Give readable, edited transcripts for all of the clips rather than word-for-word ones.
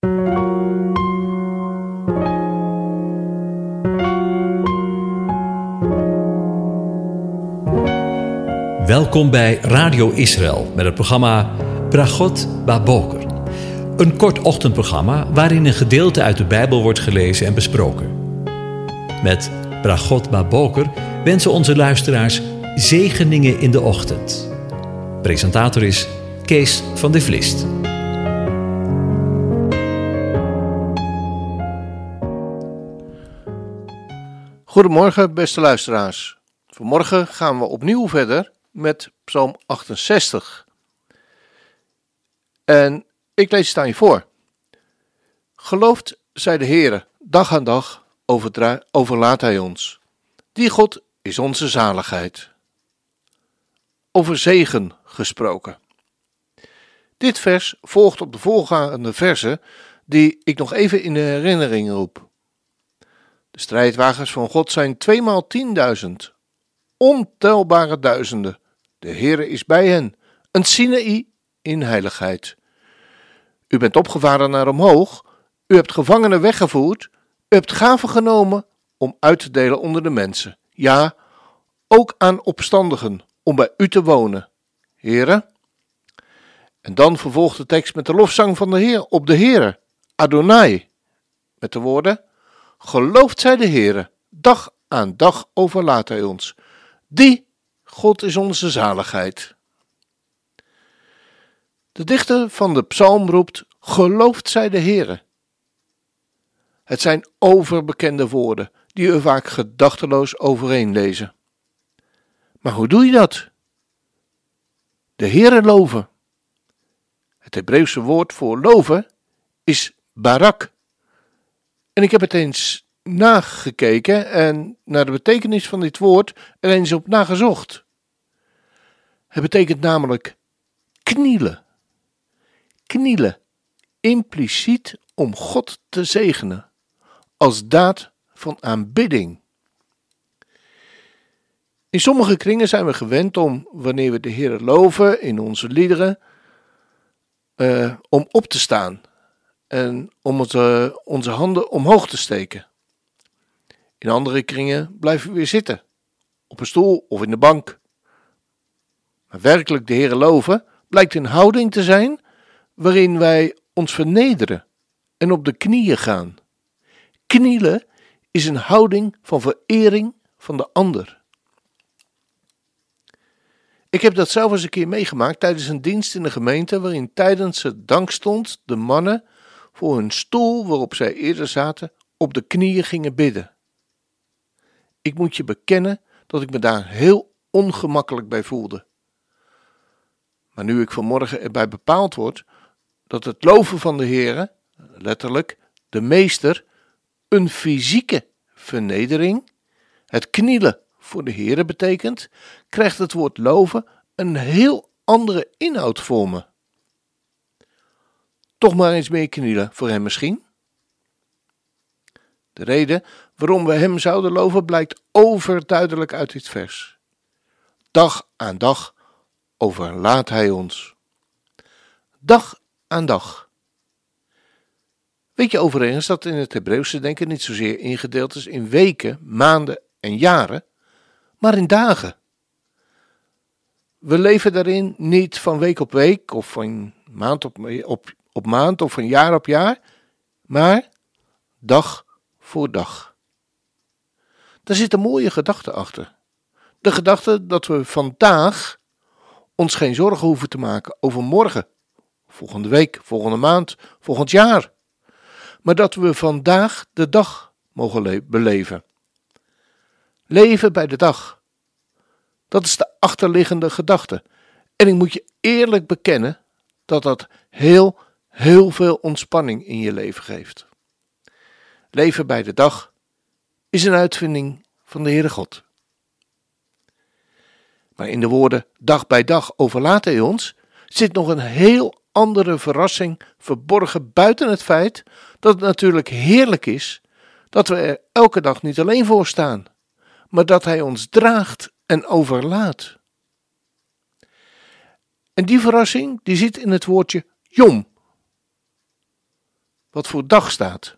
Welkom bij Radio Israël met het programma Bragot Baboker. Een kort ochtendprogramma waarin een gedeelte uit de Bijbel wordt gelezen en besproken. Met Bragot Baboker wensen onze luisteraars zegeningen in de ochtend. Presentator is Kees van de Vlist. Goedemorgen, beste luisteraars. Vanmorgen gaan we opnieuw verder met Psalm 68. En ik lees het aan je voor. Geloofd zij de Heere, dag aan dag overlaat Hij ons. Die God is onze zaligheid. Over zegen gesproken. Dit vers volgt op de voorgaande verzen die ik nog even in de herinnering roep. De strijdwagens van God zijn 2x10.000. Ontelbare duizenden. De Heere is bij hen. Een Sinaï in heiligheid. U bent opgevaren naar omhoog. U hebt gevangenen weggevoerd. U hebt gaven genomen om uit te delen onder de mensen. Ja, ook aan opstandigen om bij u te wonen. Heere. En dan vervolgt de tekst met de lofzang van de Heer op de Heere. Adonai. Met de woorden. Geloofd zij de Heere. Dag aan dag overlaat Hij ons. Die God is onze zaligheid. De dichter van de psalm roept, geloofd zij de Heere. Het zijn overbekende woorden, die we vaak gedachteloos overeen lezen. Maar hoe doe je dat? De Heere loven. Het Hebreeuwse woord voor loven is barak. En ik heb het eens nagekeken en naar de betekenis van dit woord er eens op nagezocht. Het betekent namelijk knielen. Knielen, impliciet om God te zegenen, als daad van aanbidding. In sommige kringen zijn we gewend om, wanneer we de Heer loven in onze liederen, om op te staan en om onze handen omhoog te steken. In andere kringen blijven we weer zitten, op een stoel of in de bank. Maar werkelijk de Heer loven blijkt een houding te zijn waarin wij ons vernederen en op de knieën gaan. Knielen is een houding van verering van de ander. Ik heb dat zelf eens een keer meegemaakt tijdens een dienst in de gemeente waarin tijdens het dankstond de mannen voor hun stoel waarop zij eerder zaten op de knieën gingen bidden. Ik moet je bekennen dat ik me daar heel ongemakkelijk bij voelde. Maar nu ik vanmorgen erbij bepaald word dat het loven van de Heere, letterlijk de meester, een fysieke vernedering, het knielen voor de Heere betekent, krijgt het woord loven een heel andere inhoud voor me. Toch maar eens meer knielen voor hem misschien? De reden waarom we hem zouden loven blijkt overduidelijk uit dit vers. Dag aan dag overlaat Hij ons. Dag aan dag. Weet je overigens dat in het Hebreeuwse denken niet zozeer ingedeeld is in weken, maanden en jaren, maar in dagen. We leven daarin niet van week op week of van maand op maand of van jaar op jaar, maar dag voor dag. Daar zit een mooie gedachte achter. De gedachte dat we vandaag ons geen zorgen hoeven te maken over morgen, volgende week, volgende maand, volgend jaar. Maar dat we vandaag de dag mogen beleven. Leven bij de dag. Dat is de achterliggende gedachte. En ik moet je eerlijk bekennen dat dat heel veel ontspanning in je leven geeft. Leven bij de dag is een uitvinding van de Heere God. Maar in de woorden dag bij dag overlaat Hij ons zit nog een heel andere verrassing verborgen buiten het feit dat het natuurlijk heerlijk is dat we er elke dag niet alleen voor staan, maar dat Hij ons draagt en overlaat. En die verrassing die zit in het woordje Yom. wat voor dag staat.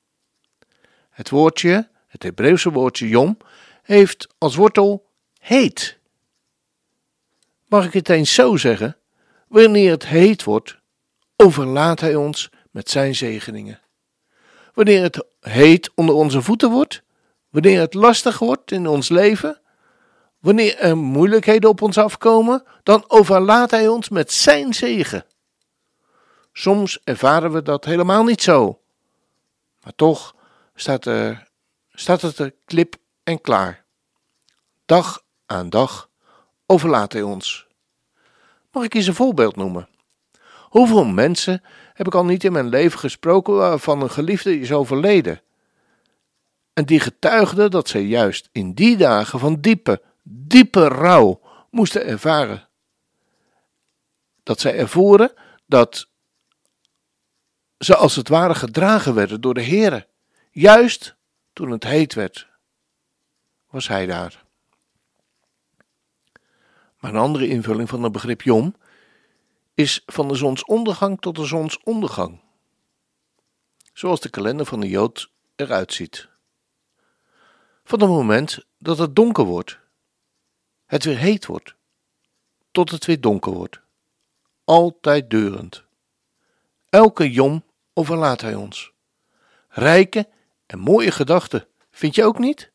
Het Hebreeuwse woordje yom, heeft als wortel heet. Mag ik het eens zo zeggen? Wanneer het heet wordt, overlaat hij ons met zijn zegeningen. Wanneer het heet onder onze voeten wordt, wanneer het lastig wordt in ons leven, wanneer er moeilijkheden op ons afkomen, dan overlaat hij ons met zijn zegen. Soms ervaren we dat helemaal niet zo, maar toch staat het er klip en klaar. Dag aan dag overlaat hij ons. Mag ik eens een voorbeeld noemen? Hoeveel mensen heb ik al niet in mijn leven gesproken waarvan een geliefde is overleden? En die getuigden dat zij juist in die dagen van diepe rouw moesten ervaren. Dat zij ervoeren dat ze als het ware gedragen werden door de Heere. Juist toen het heet werd, was hij daar. Maar een andere invulling van het begrip Yom is van de zonsondergang tot de zonsondergang. Zoals de kalender van de Jood eruit ziet. Van het moment dat het donker wordt, het weer heet wordt, tot het weer donker wordt. Altijd durend. Elke Yom overlaat hij ons. Rijke en mooie gedachten, vind je ook niet?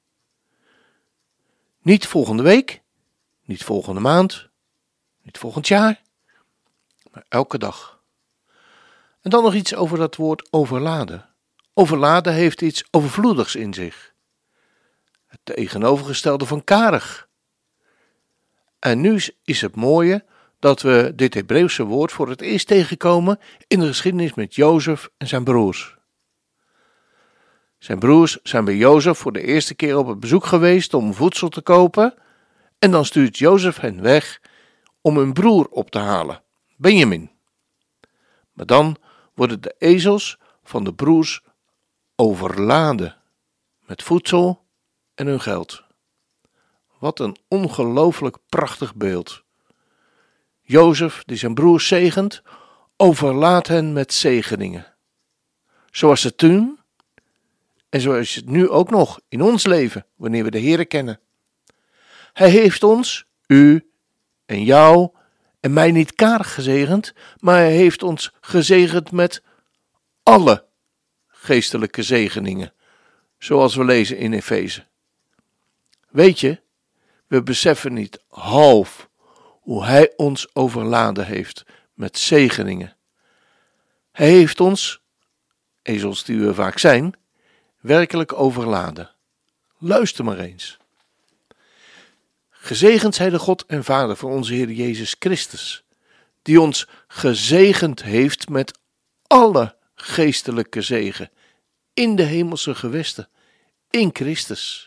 Niet volgende week, niet volgende maand, niet volgend jaar, maar elke dag. En dan nog iets over dat woord overladen. Overladen heeft iets overvloedigs in zich. Het tegenovergestelde van karig. En nu is het mooie dat we dit Hebreeuwse woord voor het eerst tegenkomen in de geschiedenis met Jozef en zijn broers. Zijn broers zijn bij Jozef voor de eerste keer op het bezoek geweest om voedsel te kopen en dan stuurt Jozef hen weg om hun broer op te halen, Benjamin. Maar dan worden de ezels van de broers overladen met voedsel en hun geld. Wat een ongelooflijk prachtig beeld. Jozef, die zijn broers zegent, overlaat hen met zegeningen. Zoals het toen en zoals het nu ook nog in ons leven, wanneer we de Heere kennen. Hij heeft ons, u en jou en mij niet karig gezegend, maar hij heeft ons gezegend met alle geestelijke zegeningen, zoals we lezen in Efeze. Weet je, we beseffen niet half hoe hij ons overladen heeft met zegeningen. Hij heeft ons, ezels die we vaak zijn, werkelijk overladen. Luister maar eens. Gezegend zij de God en Vader van onze Heer Jezus Christus, die ons gezegend heeft met alle geestelijke zegen in de hemelse gewesten, in Christus.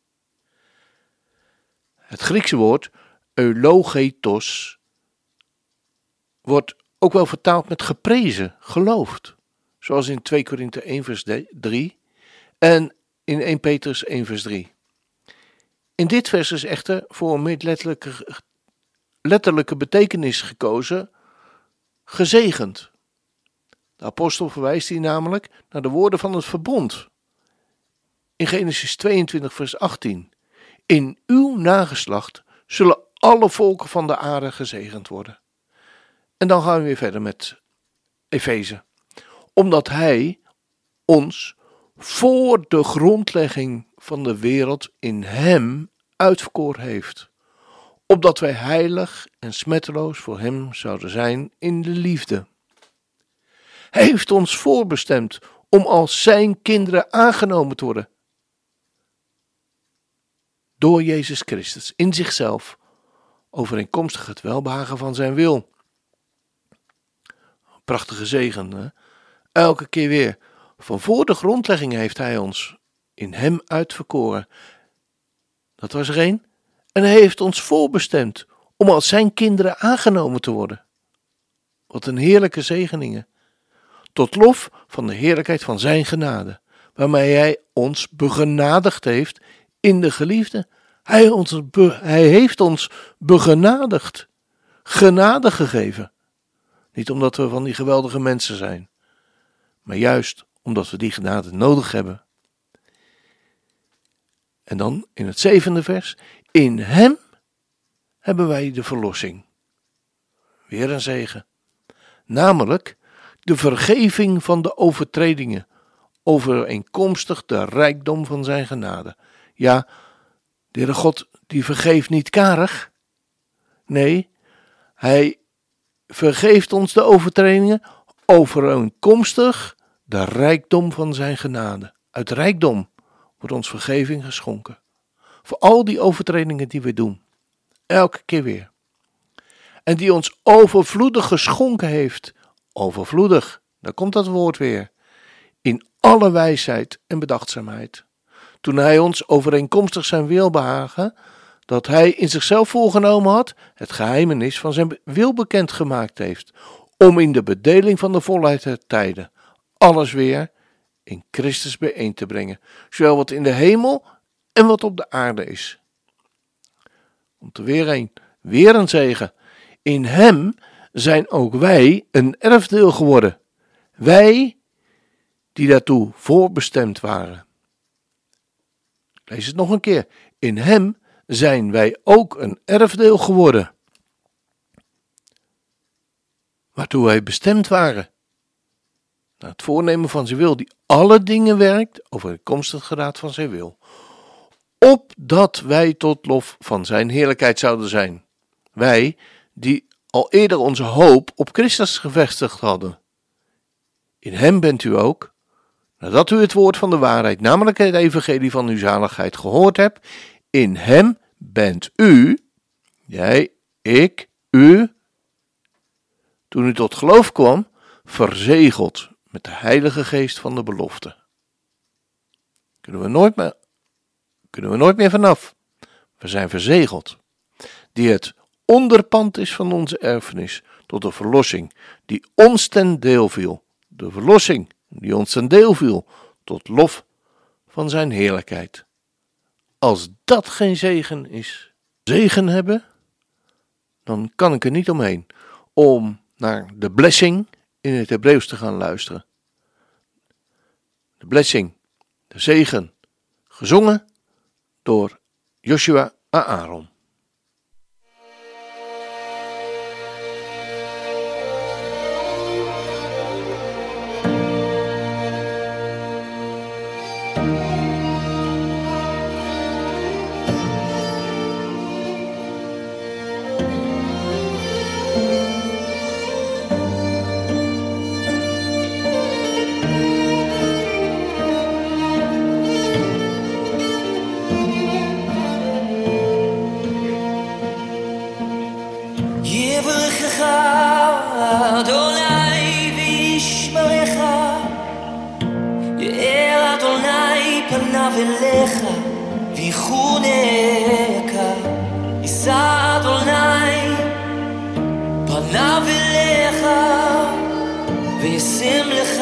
Het Griekse woord eulogetos wordt ook wel vertaald met geprezen, geloofd, zoals in 2 Korinthe 1 vers 3 en in 1 Petrus 1 vers 3. In dit vers is echter voor een meer letterlijke betekenis gekozen, gezegend. De apostel verwijst hier namelijk naar de woorden van het verbond. In Genesis 22 vers 18. In uw nageslacht zullen alle volken van de aarde gezegend worden. En dan gaan we weer verder met Efeze. Omdat hij ons voor de grondlegging van de wereld in hem uitverkoren heeft. Opdat wij heilig en smetteloos voor hem zouden zijn in de liefde. Hij heeft ons voorbestemd om als zijn kinderen aangenomen te worden. Door Jezus Christus in zichzelf, overeenkomstig het welbehagen van zijn wil. Prachtige zegen, hè? Elke keer weer. Van voor de grondlegging heeft hij ons in hem uitverkoren. Dat was er één. En hij heeft ons voorbestemd om als zijn kinderen aangenomen te worden. Wat een heerlijke zegeningen. Tot lof van de heerlijkheid van zijn genade, waarmee hij ons begenadigd heeft in de geliefde. Hij heeft ons begenadigd, genade gegeven. Niet omdat we van die geweldige mensen zijn, maar juist omdat we die genade nodig hebben. En dan in het 7e vers, in hem hebben wij de verlossing. Weer een zegen. Namelijk de vergeving van de overtredingen, overeenkomstig de rijkdom van zijn genade. Ja, de Heere God die vergeeft niet karig. Nee, hij vergeeft ons de overtredingen overeenkomstig de rijkdom van zijn genade. Uit rijkdom wordt ons vergeving geschonken. Voor al die overtredingen die we doen. Elke keer weer. En die ons overvloedig geschonken heeft. Overvloedig, daar komt dat woord weer. In alle wijsheid en bedachtzaamheid. Toen hij ons overeenkomstig zijn welbehagen, dat hij in zichzelf voorgenomen had, het geheimenis van zijn wil bekendgemaakt heeft. Om in de bedeling van de volheid der tijden alles weer in Christus bijeen te brengen. Zowel wat in de hemel en wat op de aarde is. Komt er weer een zegen. In hem zijn ook wij een erfdeel geworden. Wij die daartoe voorbestemd waren. Lees het nog een keer. In hem zijn wij ook een erfdeel geworden. Waartoe wij bestemd waren. Naar het voornemen van zijn wil, die alle dingen werkt, overeenkomstig het geraad van zijn wil. Opdat wij tot lof van zijn heerlijkheid zouden zijn. Wij, die al eerder onze hoop op Christus gevestigd hadden. In hem bent u ook, nadat u het woord van de waarheid, namelijk het evangelie van uw zaligheid, gehoord hebt. In hem bent u, jij, ik, u, toen u tot geloof kwam, verzegeld met de Heilige Geest van de belofte. Kunnen we nooit meer vanaf. We zijn verzegeld. Die het onderpand is van onze erfenis tot de verlossing die ons ten deel viel. De verlossing die ons ten deel viel tot lof van zijn heerlijkheid. Als dat geen zegen is, zegen hebben, dan kan ik er niet omheen om naar de blessing in het Hebreeuws te gaan luisteren. De blessing, de zegen, gezongen door Joshua Aaron. אליך ויחונך יישא אדוני פניו אליך וישים לך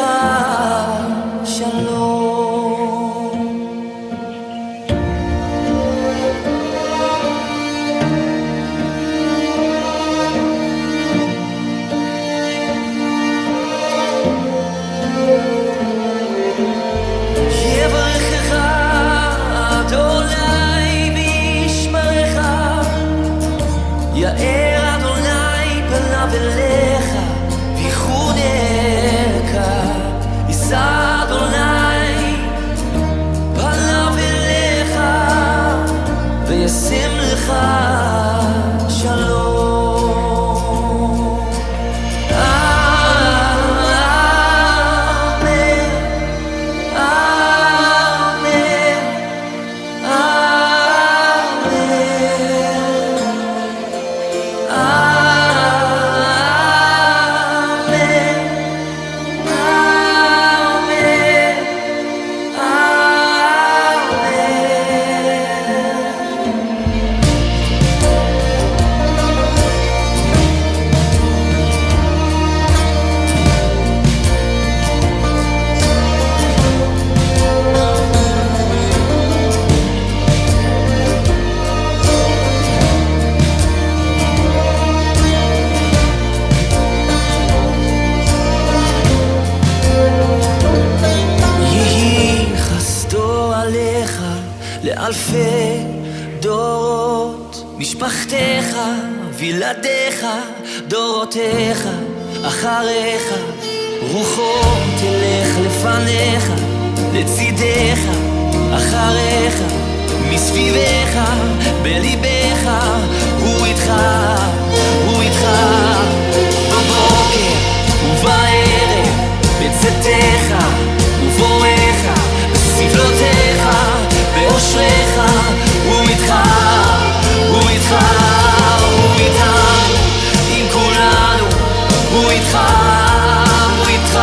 שלום. לאלפי דורות, משפחתך וילדיך, דורותיך אחריך, רוחו תלך לפניך, לצידך אחריך, מסביבך בליבך, הוא איתך, הוא איתך, בבוקר ובערב, בצאתך ובואך, בסבלותיך, באושריך, הוא איתך, הוא איתך, הוא איתנו, עם כולנו, הוא איתך, הוא איתך.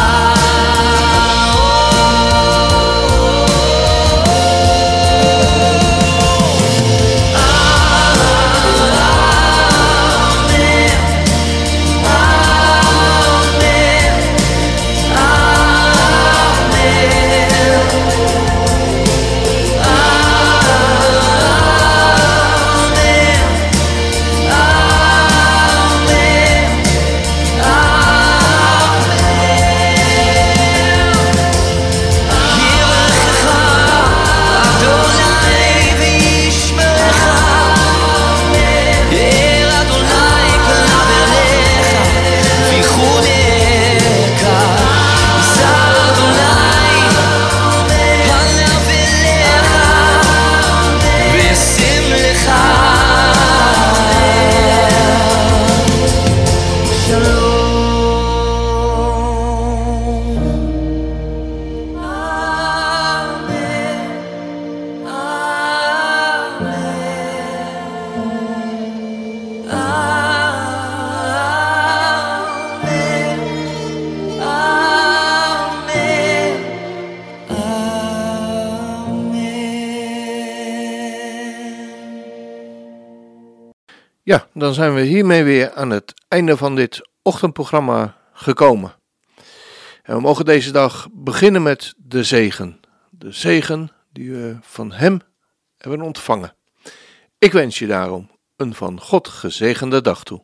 Ja, dan zijn we hiermee weer aan het einde van dit ochtendprogramma gekomen. En we mogen deze dag beginnen met de zegen. De zegen die we van Hem hebben ontvangen. Ik wens je daarom een van God gezegende dag toe.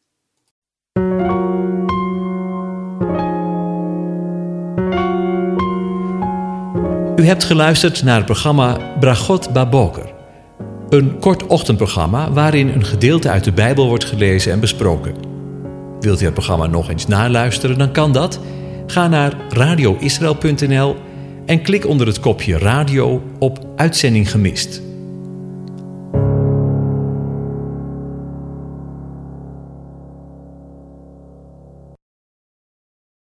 U hebt geluisterd naar het programma Bragot Baboker. Een kort ochtendprogramma waarin een gedeelte uit de Bijbel wordt gelezen en besproken. Wilt u het programma nog eens naluisteren, dan kan dat. Ga naar radioisrael.nl en klik onder het kopje radio op Uitzending gemist.